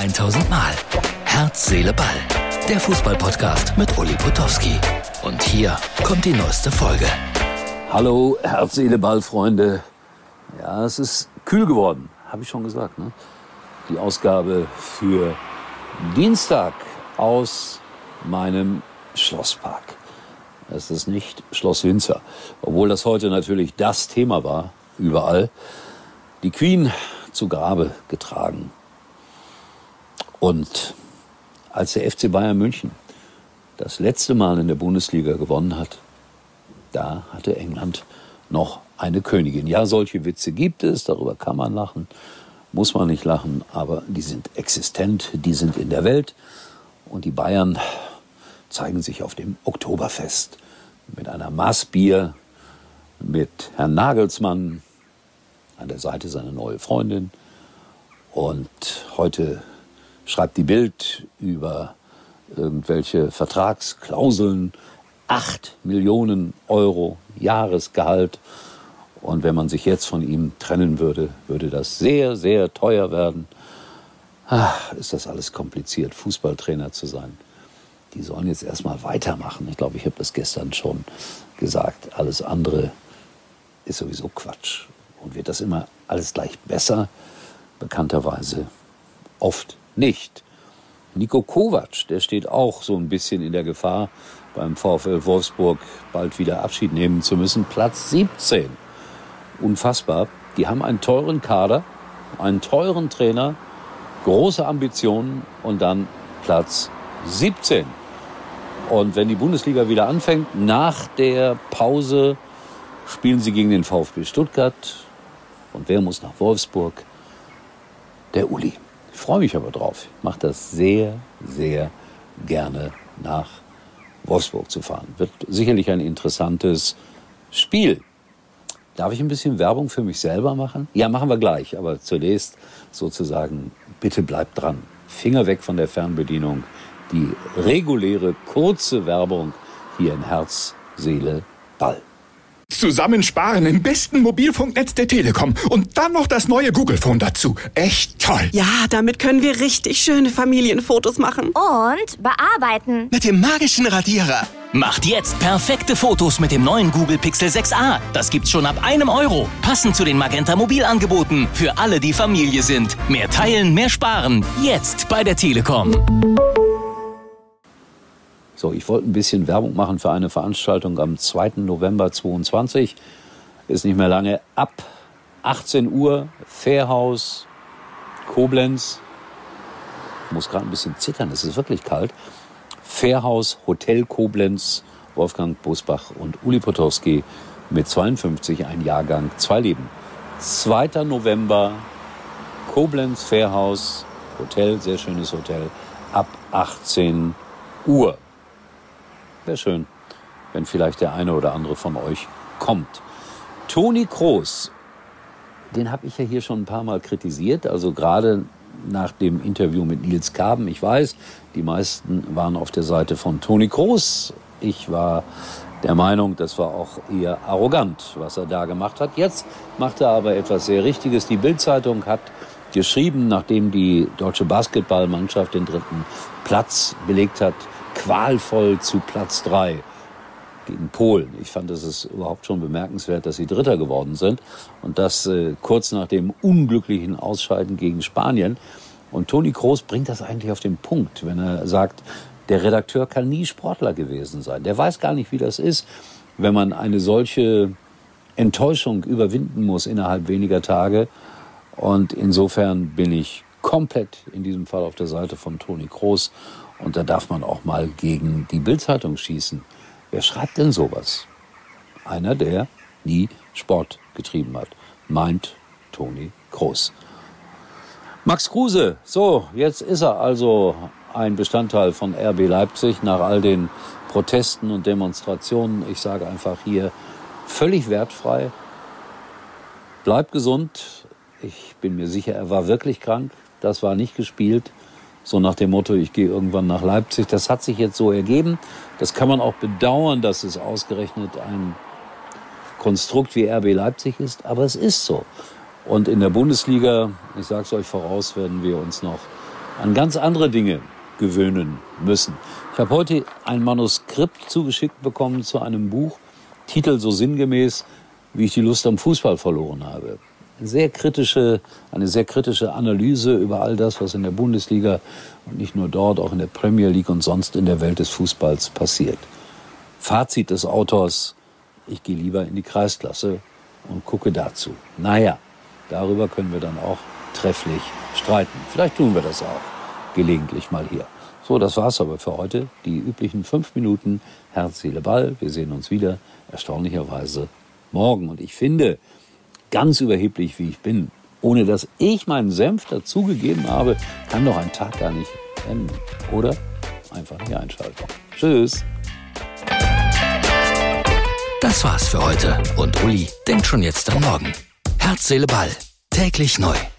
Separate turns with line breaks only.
1000 Mal. Herz, Seele, Ball. Der Fußball-Podcast mit Uli Potowski. Und hier kommt die neueste Folge.
Hallo, Herz, Seele, Ball, Freunde. Ja, es ist kühl geworden, habe ich schon gesagt, ne? Die Ausgabe für Dienstag aus meinem Schlosspark. Es ist nicht Schloss Windsor, obwohl das heute natürlich das Thema war, überall. Die Queen zu Grabe getragen. Und als der FC Bayern München das letzte Mal in der Bundesliga gewonnen hat, da hatte England noch eine Königin. Ja, solche Witze gibt es, darüber kann man lachen, muss man nicht lachen, aber die sind existent, die sind in der Welt. Und die Bayern zeigen sich auf dem Oktoberfest mit einer Maß Bier, mit Herrn Nagelsmann, an der Seite seine neue Freundin. Und heute schreibt die Bild über irgendwelche Vertragsklauseln, 8 Millionen Euro Jahresgehalt. Und wenn man sich jetzt von ihm trennen würde, würde das sehr, sehr teuer werden. Ist das alles kompliziert, Fußballtrainer zu sein. Die sollen jetzt erstmal weitermachen. Ich glaube, ich habe das gestern schon gesagt. Alles andere ist sowieso Quatsch. Und wird das immer alles gleich besser? Bekannterweise oft nicht. Niko Kovac, der steht auch so ein bisschen in der Gefahr, beim VfL Wolfsburg bald wieder Abschied nehmen zu müssen. Platz 17. Unfassbar. Die haben einen teuren Kader, einen teuren Trainer, große Ambitionen und dann Platz 17. Und wenn die Bundesliga wieder anfängt, nach der Pause spielen sie gegen den VfB Stuttgart. Und wer muss nach Wolfsburg? Der Uli. Ich freue mich aber drauf. Ich mache das sehr, sehr gerne, nach Wolfsburg zu fahren. Wird sicherlich ein interessantes Spiel. Darf ich ein bisschen Werbung für mich selber machen? Ja, machen wir gleich. Aber zunächst sozusagen, bitte bleibt dran. Finger weg von der Fernbedienung. Die reguläre, kurze Werbung hier in Herz, Seele, Ball.
Zusammensparen im besten Mobilfunknetz der Telekom und dann noch das neue Google-Phone dazu. Echt toll.
Ja, damit können wir richtig schöne Familienfotos machen.
Und bearbeiten.
Mit dem magischen Radierer.
Macht jetzt perfekte Fotos mit dem neuen Google Pixel 6a. Das gibt's schon ab €1. Passend zu den Magenta Mobilangeboten. Für alle, die Familie sind. Mehr teilen, mehr sparen. Jetzt bei der Telekom.
So, ich wollte ein bisschen Werbung machen für eine Veranstaltung am 2. November 2022. Ist nicht mehr lange. Ab 18 Uhr, Fährhaus, Koblenz. Ich muss gerade ein bisschen zittern, es ist wirklich kalt. Fährhaus, Hotel Koblenz, Wolfgang Bosbach und Uli Potowski mit 52, ein Jahrgang, 2 Leben. 2. November, Koblenz, Fährhaus, Hotel, sehr schönes Hotel, ab 18 Uhr. Wäre schön, wenn vielleicht der eine oder andere von euch kommt. Toni Kroos, den habe ich ja hier schon ein paar Mal kritisiert, also gerade nach dem Interview mit Nils Kaben. Ich weiß, die meisten waren auf der Seite von Toni Kroos. Ich war der Meinung, das war auch eher arrogant, was er da gemacht hat. Jetzt macht er aber etwas sehr Richtiges. Die Bild-Zeitung hat geschrieben, nachdem die deutsche Basketballmannschaft den 3. Platz belegt hat, qualvoll zu Platz 3 gegen Polen. Ich fand, es ist überhaupt schon bemerkenswert, dass sie Dritter geworden sind. Und das kurz nach dem unglücklichen Ausscheiden gegen Spanien. Und Toni Kroos bringt das eigentlich auf den Punkt, wenn er sagt, der Redakteur kann nie Sportler gewesen sein. Der weiß gar nicht, wie das ist, wenn man eine solche Enttäuschung überwinden muss innerhalb weniger Tage. Und insofern bin ich komplett in diesem Fall auf der Seite von Toni Kroos. Und da darf man auch mal gegen die Bild-Zeitung schießen. Wer schreibt denn sowas? Einer, der nie Sport getrieben hat, meint Toni Kroos. Max Kruse, so, jetzt ist er also ein Bestandteil von RB Leipzig nach all den Protesten und Demonstrationen. Ich sage einfach hier, völlig wertfrei. Bleibt gesund. Ich bin mir sicher, er war wirklich krank. Das war nicht gespielt. So nach dem Motto, ich gehe irgendwann nach Leipzig. Das hat sich jetzt so ergeben. Das kann man auch bedauern, dass es ausgerechnet ein Konstrukt wie RB Leipzig ist. Aber es ist so. Und in der Bundesliga, ich sage es euch voraus, werden wir uns noch an ganz andere Dinge gewöhnen müssen. Ich habe heute ein Manuskript zugeschickt bekommen zu einem Buch, Titel so sinngemäß, wie ich die Lust am Fußball verloren habe. Eine sehr kritische Analyse über all das, was in der Bundesliga und nicht nur dort, auch in der Premier League und sonst in der Welt des Fußballs passiert. Fazit des Autors: Ich gehe lieber in die Kreisklasse und gucke dazu. Naja, darüber können wir dann auch trefflich streiten. Vielleicht tun wir das auch gelegentlich mal hier. So, das war's aber für heute. Die üblichen 5 Minuten Herz, Seele, Ball. Wir sehen uns wieder, erstaunlicherweise, morgen. Und ich finde, ganz überheblich wie ich bin, ohne dass ich meinen Senf dazugegeben habe, kann doch ein Tag gar nicht enden. Oder? Einfach nicht einschalten. Tschüss.
Das war's für heute. Und Uli denkt schon jetzt an morgen. Herz, Seele, Ball. Täglich neu.